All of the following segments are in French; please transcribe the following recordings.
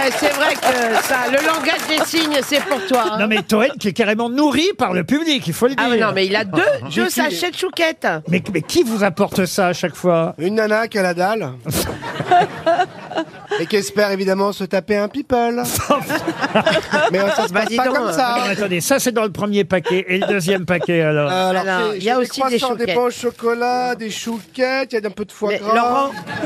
Ouais, c'est vrai que ça, le langage des signes, c'est pour toi. Hein. Non mais Toen qui est carrément nourri par le public, il faut le dire. Ah ouais, non, mais il a deux sachets de chouquettes. Mais qui vous apporte ça à chaque fois? Une nana qui a la dalle. Et qui espère évidemment se taper un people. Mais ça se passe dis pas donc, comme ça. Alors, attendez, ça c'est dans le premier paquet. Et le deuxième paquet alors? Alors, il y a aussi des croissants, des chouquettes. pains au chocolat, des chouquettes, il y a un peu de foie Mais gras. Laurent,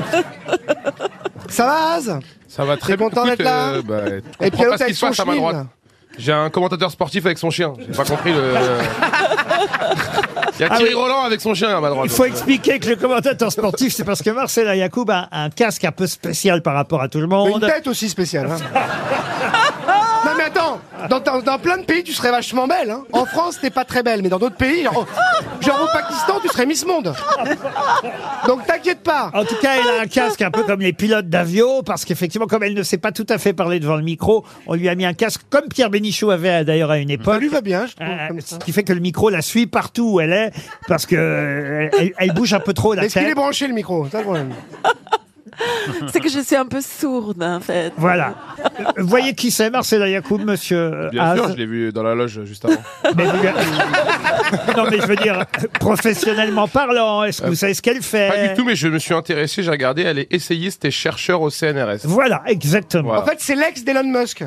Ça va, Az? Ça va très T'es content bien. d'être là Et Et puis puis pas ce qui se passe à ma Schmil. droite. J'ai un commentateur sportif avec son chien. J'ai pas compris le. Il y a Thierry Roland avec son chien à ma droite. Il faut expliquer que le commentateur sportif, c'est parce que Marcella Yacoub a un casque un peu spécial par rapport à tout le Mais monde. une tête aussi spéciale. Hein. Non mais attends, dans plein de pays tu serais vachement belle. Hein. En France t'es pas très belle, mais dans d'autres pays, genre au Pakistan tu serais Miss Monde. Donc t'inquiète pas. En tout cas, elle a un casque un peu comme les pilotes d'avion, parce qu'effectivement, comme elle ne sait pas tout à fait parler devant le micro, on lui a mis un casque comme Pierre Bénichou avait d'ailleurs à une Ça époque. lui va bien, je trouve. Comme ça. Ce qui fait que le micro la suit partout où elle est, parce que elle bouge un peu trop la Est-ce qu'il est tête. branché le micro? Ça le problème. C'est que je suis un peu sourde, en fait. Voilà. Vous voyez qui c'est, Marcella Yacoub, monsieur Bien sûr, Az? je l'ai vu dans la loge juste avant. Mais non, mais je veux dire, professionnellement parlant, est-ce que vous savez ce qu'elle fait? Pas du tout, mais je me suis intéressé, j'ai regardé, elle est essayiste et chercheur au CNRS. Voilà, exactement. Voilà. En fait c'est l'ex d'Elon Musk.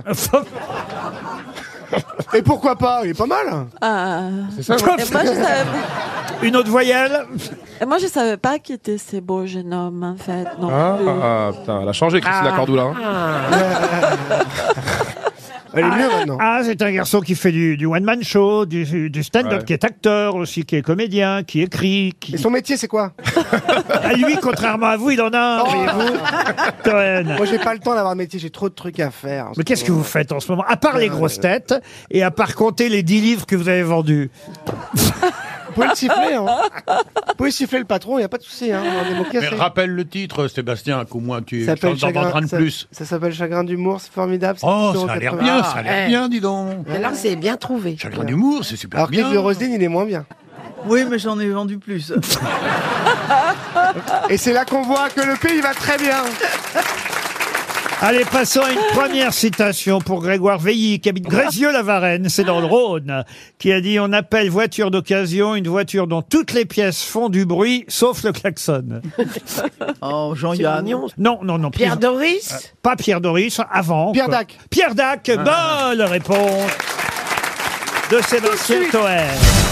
Et pourquoi pas? Il est pas mal. Ah. C'est ça, Et moi, je savais... Une autre voyelle? Et moi, je savais pas qu'il était ce beau jeune homme, en fait. Non plus. Putain, elle a changé, Christina Cordula. Hein. Elle est mieux maintenant. Ah, c'est un garçon qui fait du one-man show, du stand-up, Ouais. qui est acteur aussi, qui est comédien, qui écrit. Et son métier c'est quoi? Ah, lui, contrairement à vous, il en a un, voyez-vous. Toen. Moi j'ai pas le temps d'avoir un métier, j'ai trop de trucs à faire. Mais qu'est-ce que vous faites en ce moment? À part les grosses têtes, et à part compter les 10 livres que vous avez vendus. Vous pouvez le siffler, hein. Vous pouvez siffler le patron, il n'y a pas de souci, hein. On est moqué, Mais c'est- rappelle le titre, Sébastien, qu'au moins tu Ça s'appelle t'en vendras de ça- plus. Ça s'appelle Chagrin d'humour, c'est formidable. c'est Oh, 6,80 ça a l'air €. bien, ça a l'air eh. bien, dis donc. alors c'est bien trouvé. Chagrin d'humour, c'est super Alors bien. Cliff de Roselyne, il est moins bien. Oui, mais j'en ai vendu plus. Et c'est là qu'on voit que le pays va très bien. Allez, passons à une première citation pour Grégoire Veilly, qui habite Grézieux-la-Varenne, c'est dans le Rhône, qui a dit « On appelle voiture d'occasion une voiture dont toutes les pièces font du bruit, sauf le klaxon. Oh, Jean-Yann. Non, non, non. Pierre Doris. Pas Pierre Doris, avant. Pierre quoi. Dac. Pierre Dac, bonne réponse de Sébastien Toen.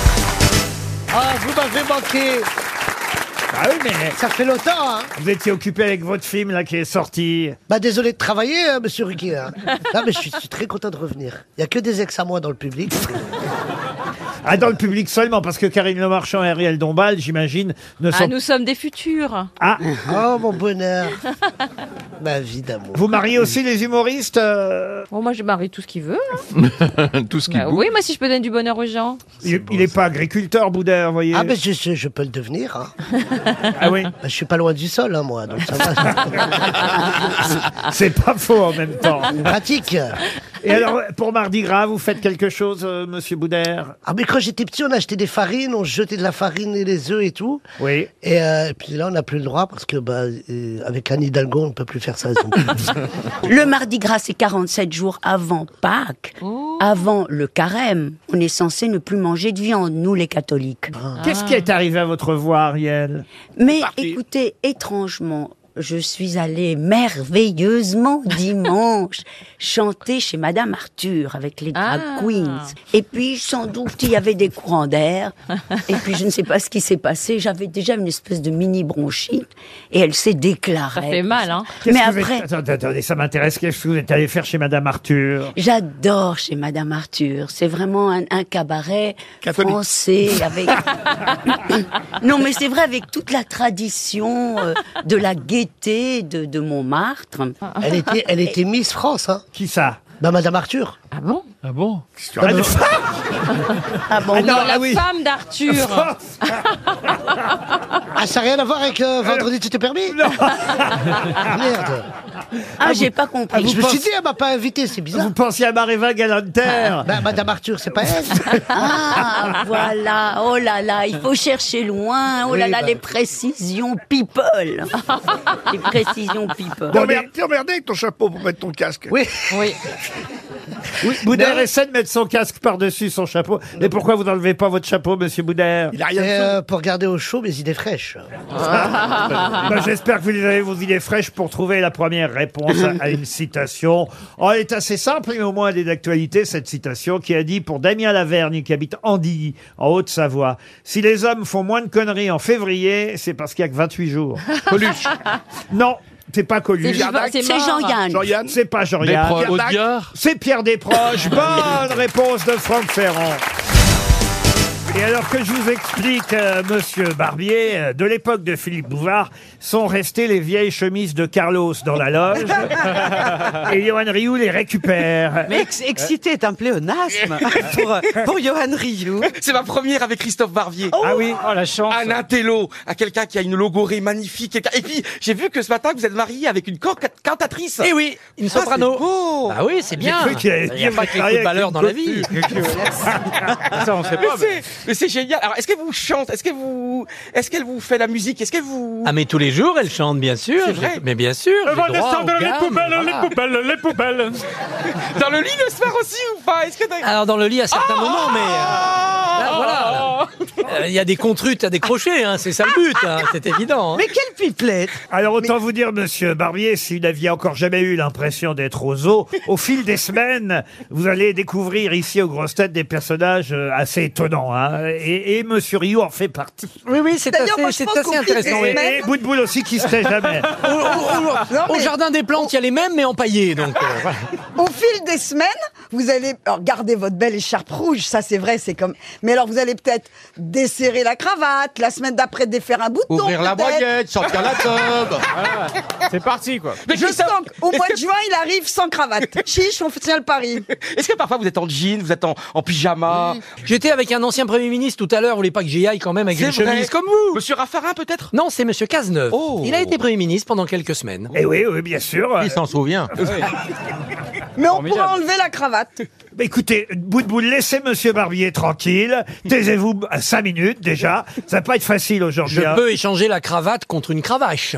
Ah, vous m'avez manqué. Ah oui, mais Ça fait longtemps, hein. vous étiez occupé avec votre film là qui est sorti. Bah désolé de travailler, monsieur Ruquier. Hein. Non mais je suis très content de revenir. Il y a que des ex à moi dans le public. Ah, dans le public seulement, parce que Karine Le Marchand et Ariel Dombal, j'imagine, ne sont... Ah, nous sommes des futurs. Ah, Oh mon bonheur. Ma vie d'amour. vous mariez aussi les humoristes Bon, moi, je marie tout ce qu'il veut. Tout ce qui Bah, bouge. oui, moi, si je peux donner du bonheur aux gens. Il n'est pas agriculteur, Boudère, vous voyez. Ah mais je peux le devenir. Hein. Ah oui, Bah, je suis pas loin du sol, hein, moi, donc ça va. c'est pas faux en même temps. Pratique. Et alors, pour Mardi Gras, vous faites quelque chose, monsieur Boudère? Ah mais quand j'étais petit, on achetait des farines, on jetait de la farine et des œufs et tout. Oui. Et puis là, on n'a plus le droit parce que avec Anne Hidalgo, on ne peut plus faire ça. Donc. Le Mardi Gras, c'est 47 jours avant Pâques, avant le carême. On est censé ne plus manger de viande, nous les catholiques. Qu'est-ce qui est arrivé à votre voix, Ariel? Mais écoutez, étrangement, je suis allée merveilleusement dimanche chanter chez Madame Arthur avec les drag queens. Et puis, sans doute, il y avait des courants d'air. Et puis, je ne sais pas ce qui s'est passé. J'avais déjà une espèce de mini bronchite et elle s'est déclarée. Ça fait mal, hein. Mais Qu'est-ce que vous après, êtes- attendez, ça m'intéresse. Qu'est-ce que vous êtes allé faire chez Madame Arthur? j'adore chez Madame Arthur. C'est vraiment un cabaret Catholique. français avec. Non, mais c'est vrai, avec toute la tradition de la gaieté de Montmartre. Elle était Miss France, hein. Qui ça? Bah Madame Arthur. Ah bon? Ah bon? Ah, le- Ah bon? Ah non, Non, ah la oui. femme d'Arthur. Ah, ça n'a rien à voir avec vendredi tout est permis. Non. Merde. Ah, j'ai pas compris. Je me suis dit, elle m'a pas invité, c'est bizarre. Vous pensiez à Maréva Galanter? Bah, Madame Arthur, c'est pas elle. Ah, voilà. Oh là là, il faut chercher loin. Oh là Oui, là, bah. les précisions people. Les précisions people. T'es emmerdé avec ton chapeau pour mettre ton casque. Oui. Oui. Oui, Boudère essaie de mettre son casque par-dessus son chapeau. Mais pourquoi vous n'enlevez pas votre chapeau, monsieur Boudère? Il a rien de Pour garder au chaud mes idées fraîches. Ben, j'espère que vous avez vos idées fraîches pour trouver la première réponse à une citation. Oh, elle est assez simple, mais au moins elle est d'actualité, cette citation qui a dit pour Damien Lavergne, qui habite Andilly, en Haute-Savoie, si les hommes font moins de conneries en février, c'est parce qu'il n'y a que 28 jours. Coluche. Non, c'est pas Coluche. C'est Jean-Yann. Jean-Yann. C'est pas Jean-Yann. Des Audiard. C'est Pierre Desproges. Bonne réponse de Franck Ferrand. Et alors que je vous explique, monsieur Barbier, de l'époque de Philippe Bouvard, sont restées les vieilles chemises de Carlos dans la loge. Et Johan Rioux les récupère. Mais excité est un pléonasme pour Johan Rioux. C'est ma première avec Christophe Barbier. Ah oui. Oh, la chance. Un intello, à quelqu'un qui a une logorée magnifique. Et puis, j'ai vu que ce matin, vous êtes marié avec une cantatrice. Eh oui, une soprano. C'est beau. Bah oui, c'est bien. J'ai cru qu'il allait Il n'y dire a pas que que les vous coups de valeur dans la travaillez vie. avec Ça, on sait pas. Mais c'est génial. Alors, est-ce qu'elle vous chante? Est-ce qu'elle vous fait la musique? Est-ce qu'elle vous... Ah, mais tous les jours, elle chante, bien sûr. C'est vrai. Mais bien sûr. j'ai droit aux gammes, voilà. les poubelles. Dans le lit le soir aussi ou pas? Est-ce que Alors, dans le lit à certains moments, mais... là, voilà. Il y a des contrutes à décrocher, hein, c'est ça le but, hein, c'est évident. Hein. Mais quelle pipelette! Alors autant vous dire, monsieur Barbier, si vous n'aviez encore jamais eu l'impression d'être au zoo, au fil des semaines, vous allez découvrir ici aux grosses têtes des personnages assez étonnants. Hein, et monsieur Rioux en fait partie. Oui, oui, c'est D'ailleurs, moi, je assez, pense c'est assez qu'au fil des intéressant. oui. semaines- Et bout de boule aussi qui se tait jamais. Au jardin des plantes, il y a les mêmes, mais empaillés. Donc, voilà. Au fil des semaines, vous allez alors, garder votre belle écharpe rouge, ça c'est vrai, c'est comme. Mais alors vous allez peut-être desserrer la cravate, la semaine d'après défaire un bouton. Ouvrir la peut-être. baguette, sortir la tube. C'est parti, quoi. Mais Je Christophe, sens qu'au mois de juin, il arrive sans cravate. Chiche, on tient le pari. est-ce que parfois vous êtes en jean, vous êtes en pyjama? J'étais avec un ancien Premier ministre tout à l'heure, vous voulez pas que j'y aille quand même avec une C'est vrai. chemise comme vous? Monsieur Raffarin peut-être? Non, c'est Monsieur Cazeneuve. Oh. Il a été Premier ministre pendant quelques semaines. Et oui, oui, bien sûr. Il s'en souvient. Mais on pourra enlever la cravate. Bah, écoutez, bout de boule, laissez monsieur Barbier tranquille. Taisez-vous 5 minutes déjà. Ça va pas être facile aujourd'hui. Je hein. peux échanger la cravate contre une cravache.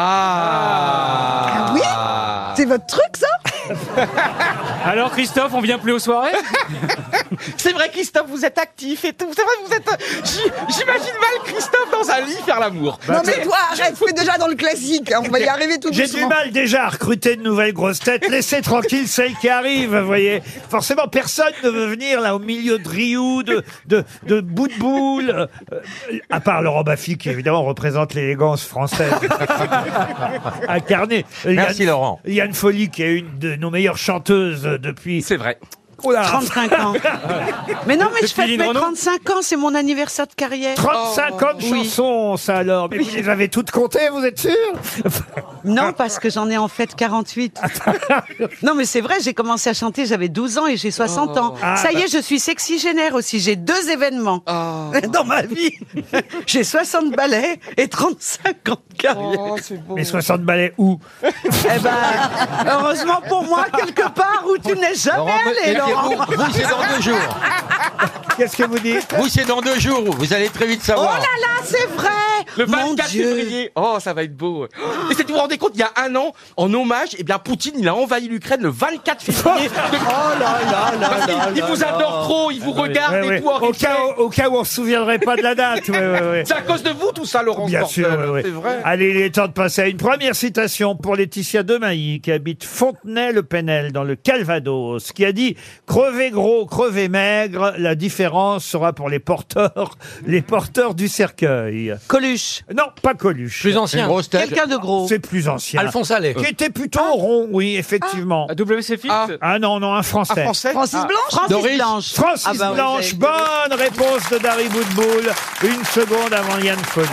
Ah oui? C'est votre truc, ça? Alors Christophe, on vient plus aux soirées? C'est vrai Christophe, vous êtes actif et tout. C'est vrai, vous êtes... J'imagine mal Christophe dans un lit faire l'amour. Non mais toi, arrête, fais déjà dans le classique. On va y arriver tout J'ai doucement. du mal déjà à recruter de nouvelles grosses têtes. Laissez tranquille celles qui arrivent, vous voyez. Forcément, personne ne veut venir là au milieu de Rioux, de bout de boule. À part Laurent Baffy, qui évidemment représente l'élégance française. Incarnée. Merci, Laurent. Yann Folly, qui est une de nos meilleures chanteuses depuis... C'est vrai. Oh là, 35 ans. Mais non, mais je fête Lynn mes Renaud 35 ans, c'est mon anniversaire de carrière. 35 ans de chansons, ça alors. Mais vous les avez toutes comptées, vous êtes sûr? Non, parce que j'en ai en fait 48. Non, mais c'est vrai, j'ai commencé à chanter, j'avais 12 ans et j'ai 60 ans. Ah, Ça y est, je suis sexygénaire aussi, j'ai 2 événements dans ma vie. J'ai 60 ballets et 35 ans de carrière. Mais 60 ballets où? Eh ben, heureusement pour moi, quelque part où tu n'es jamais allé, Laurent. Vous, c'est dans 2 jours. Qu'est-ce que vous dites? Vous, c'est dans 2 jours. Vous allez très vite Oh savoir. là là, c'est vrai. Le Mon 24 Dieu. février. Oh, ça va être beau. Et si vous vous rendez compte, il y a un an, en hommage, eh bien, Poutine, il a envahi l'Ukraine le 24 février. Oh là là là Parce qu'il là il là vous là. adore trop, il vous regarde Ouais, et ouais. tout. en replay. Au cas où on se souviendrait pas de la date. Ouais, ouais, ouais. C'est à cause de vous tout ça, Laurent Bien sûr, Sportel. ouais, ouais. C'est vrai. Allez, il est temps de passer à une première citation pour Laetitia Demailly, qui habite Fontenay-le-Penel, dans le Calvados, qui a dit « Crevez gros, crevez maigre, la différence sera pour les porteurs du cercueil. Coluche. » Non, pas Coluche. Plus ancien. Une grosse tête. Quelqu'un de gros. C'est plus ancien. Alphonse Allais. Qui était plutôt rond, oui, effectivement. WC Fit. Ah non, non, un Français. Un Français. Francis Blanche. Francis Doris. Blanche. Francis Ah bah oui, Blanche, j'ai- bonne réponse de Dari Boudboul. Une seconde avant Yann Folly.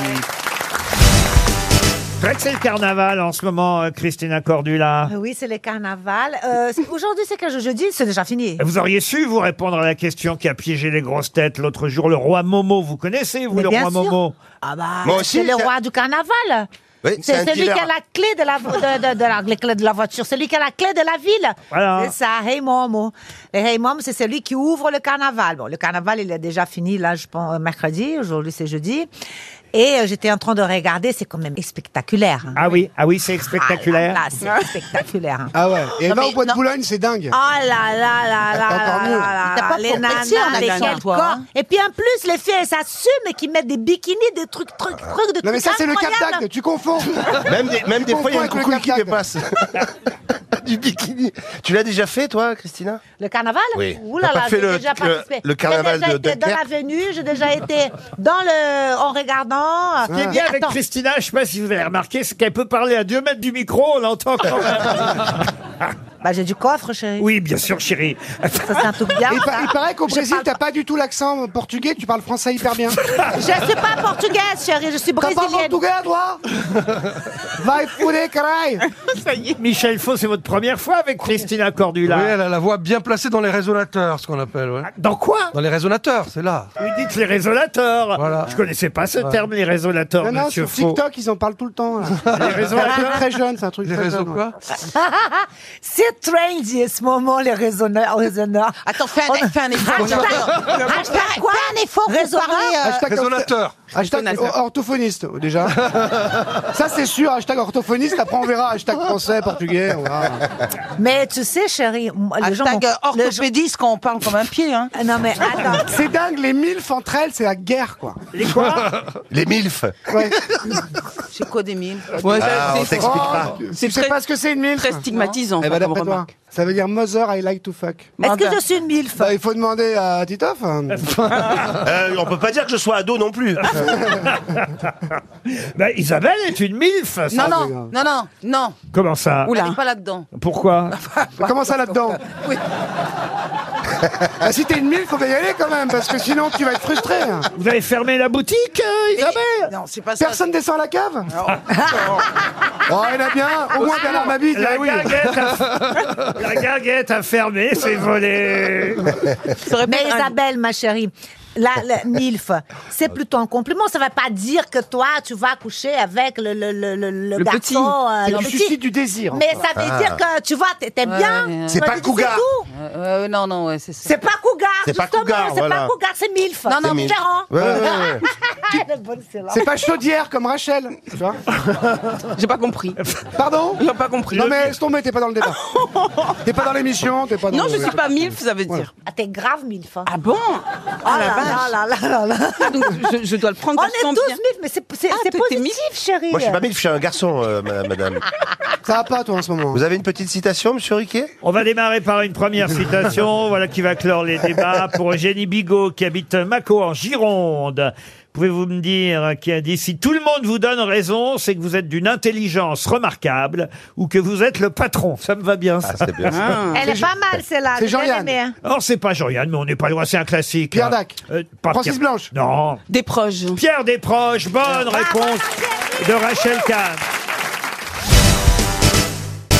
C'est vrai que c'est le carnaval en ce moment, Christina Cordula. Oui, c'est le carnaval. Aujourd'hui, c'est quel jour? Jeudi, c'est déjà fini. Vous auriez su vous répondre à la question qui a piégé les grosses têtes l'autre jour, le roi Momo. Vous connaissez, vous, Mais le bien roi sûr. Momo? Ah bah, Moi aussi, c'est le ça- roi du carnaval. Oui, C'est un celui qui dealer. a la clé les clés de la voiture, celui qui a la clé de la ville. Voilà. C'est ça, Hey Momo. Le Hey Momo, c'est celui qui ouvre le carnaval. Bon, le carnaval, il est déjà fini, là, je pense, mercredi. Aujourd'hui, c'est jeudi. Et j'étais en train de regarder, c'est quand même spectaculaire. Hein. Ah oui, c'est spectaculaire. Ah, là, c'est spectaculaire. Hein. Ah ouais. Et Non, va mais au bois de non. Boulogne, c'est dingue. Oh là là là là Encore là mieux. là T'as là pas les pour nanas, plaisir, les Nagana, quels toi, corps. hein. Et puis en plus, les filles, elles s'assument et qui mettent des bikinis, des trucs de Non mais ça c'est le Cap incroyables. d'Agde, tu confonds. Même des fois, il y a une Confonds avec le coucouille qui Cap d'Agde. dépasse. Du bikini. Tu l'as déjà fait, toi, Christina? Le carnaval? Oui. Ouh là T'as là, pas fait j'ai le- déjà participé. le carnaval J'ai déjà de été dans Dunkerque? l'avenue, j'ai déjà été en regardant. Ce qui est bien avec Attends. Christina, je ne sais pas si vous avez remarqué, c'est qu'elle peut parler à 2 mètres du micro, on l'entend quand même. Bah, j'ai du coffre, chérie. Oui, bien sûr, chérie. Ça, c'est un truc bien. Et il paraît qu'au Je Brésil, parle t'as pas du tout l'accent portugais, tu parles français hyper bien. Je suis pas portugaise, chérie, je suis T'as pas brésilienne. portugais, toi? Vai fuder, caray. Michel Faux, c'est votre première fois avec Christina Cordula. Oui, elle a la voix bien placée dans les résonateurs, ce qu'on appelle. Ouais. Dans quoi? Dans les résonateurs, c'est là. Vous dites les résolateurs. Voilà. Je connaissais pas ce terme, les résolateurs, Non, non, monsieur sur Faux. TikTok, ils en parlent tout le temps. Là. Les C'est un truc résolateurs. très jeune, c'est un truc Les très réseaux jeune. quoi? C'est trendy, ce moment, les raisonneurs. Attends, fais un effort. Hashtag quoi? Un effort pour parler. Résonateur. Hashtag orthophoniste, déjà. Ça, c'est sûr, hashtag orthophoniste. Après, on verra hashtag français, portugais. On verra. Mais tu sais, chérie, les gens... Hashtag orthopédiste quand on parle comme un pied, hein. Non, mais attends. C'est dingue, les milfs entre elles, c'est la guerre, quoi. Les quoi? Les milfs. Ouais. C'est quoi des mille? Ah, on t'expliquera. Tu sais pas ce que c'est une milf? Très stigmatisant. Eh ben, comme d'après toi, remarque. ça veut dire Mother I like to fuck. Est-ce que je suis une milf? Bah, il faut demander à Titoff. On peut pas dire que je sois ado non plus. Ben, Isabelle est une milf. ça. Non, non, non, non, non. Comment ça? Oula. Elle n'est pas là-dedans. Pourquoi? Comment ça là-dedans? Oui. Ah, si t'es une milf, faut bien y aller quand même, parce que sinon tu vas être frustré. Hein. Vous avez fermé la boutique, Isabelle? Non, c'est pas ça. Personne descend à la cave? Oh, il y en a bien, au moins Bernard Mabille. La, oui. la guinguette a fermé, c'est volé. Mais Isabelle, ma chérie, la MILF, c'est plutôt un compliment. Ça ne veut pas dire que toi, tu vas coucher avec le petit. garçon. C'est le du petit. suicide du désir. Mais ça veut dire que, tu vois, t'aimes bien. C'est pas cougar. Non, non, ouais, c'est ça. C'est pas cougar, C'est pas justement. cougar, C'est voilà. pas cougar, c'est MILF. Non, non, C'est MILF. différent. Ouais, ouais, ouais. Elle est bonne, celle-là. C'est pas chaudière comme Rachel. Tu vois? J'ai pas compris. Pardon? J'ai pas compris. Non mais laisse tomber, t'es pas dans le débat. T'es pas dans l'émission, t'es pas dans Non, le... je suis pas MILF, ça veut dire. Ah, t'es grave MILF. Ah bon? Oh là là là là là. Ah, donc je dois le prendre On est vachement tous bien. MILF, mais c'est t'es positif, chérie. Moi, je suis pas milf, je suis un garçon, madame. Ça va pas toi en ce moment. Vous avez une petite citation, monsieur Riquet? On va démarrer par une première citation, voilà qui va clore les débats pour Eugénie Bigot qui habite Mâcon en Gironde. Pouvez-vous me dire qui a dit si tout le monde vous donne raison, c'est que vous êtes d'une intelligence remarquable ou que vous êtes le patron. Ça me va bien ça. Ah, c'est bien ça. Elle est pas mal, celle-là. C'est j'ai bien Jean-Yann. aimé, hein. Alors c'est pas Jean-Yann, mais on n'est pas loin, c'est un classique. Pierre Dac. Pas Francis Pierre- Blanche. Non. Des proches. Pierre Desproges, bonne réponse de Rachel Kahn.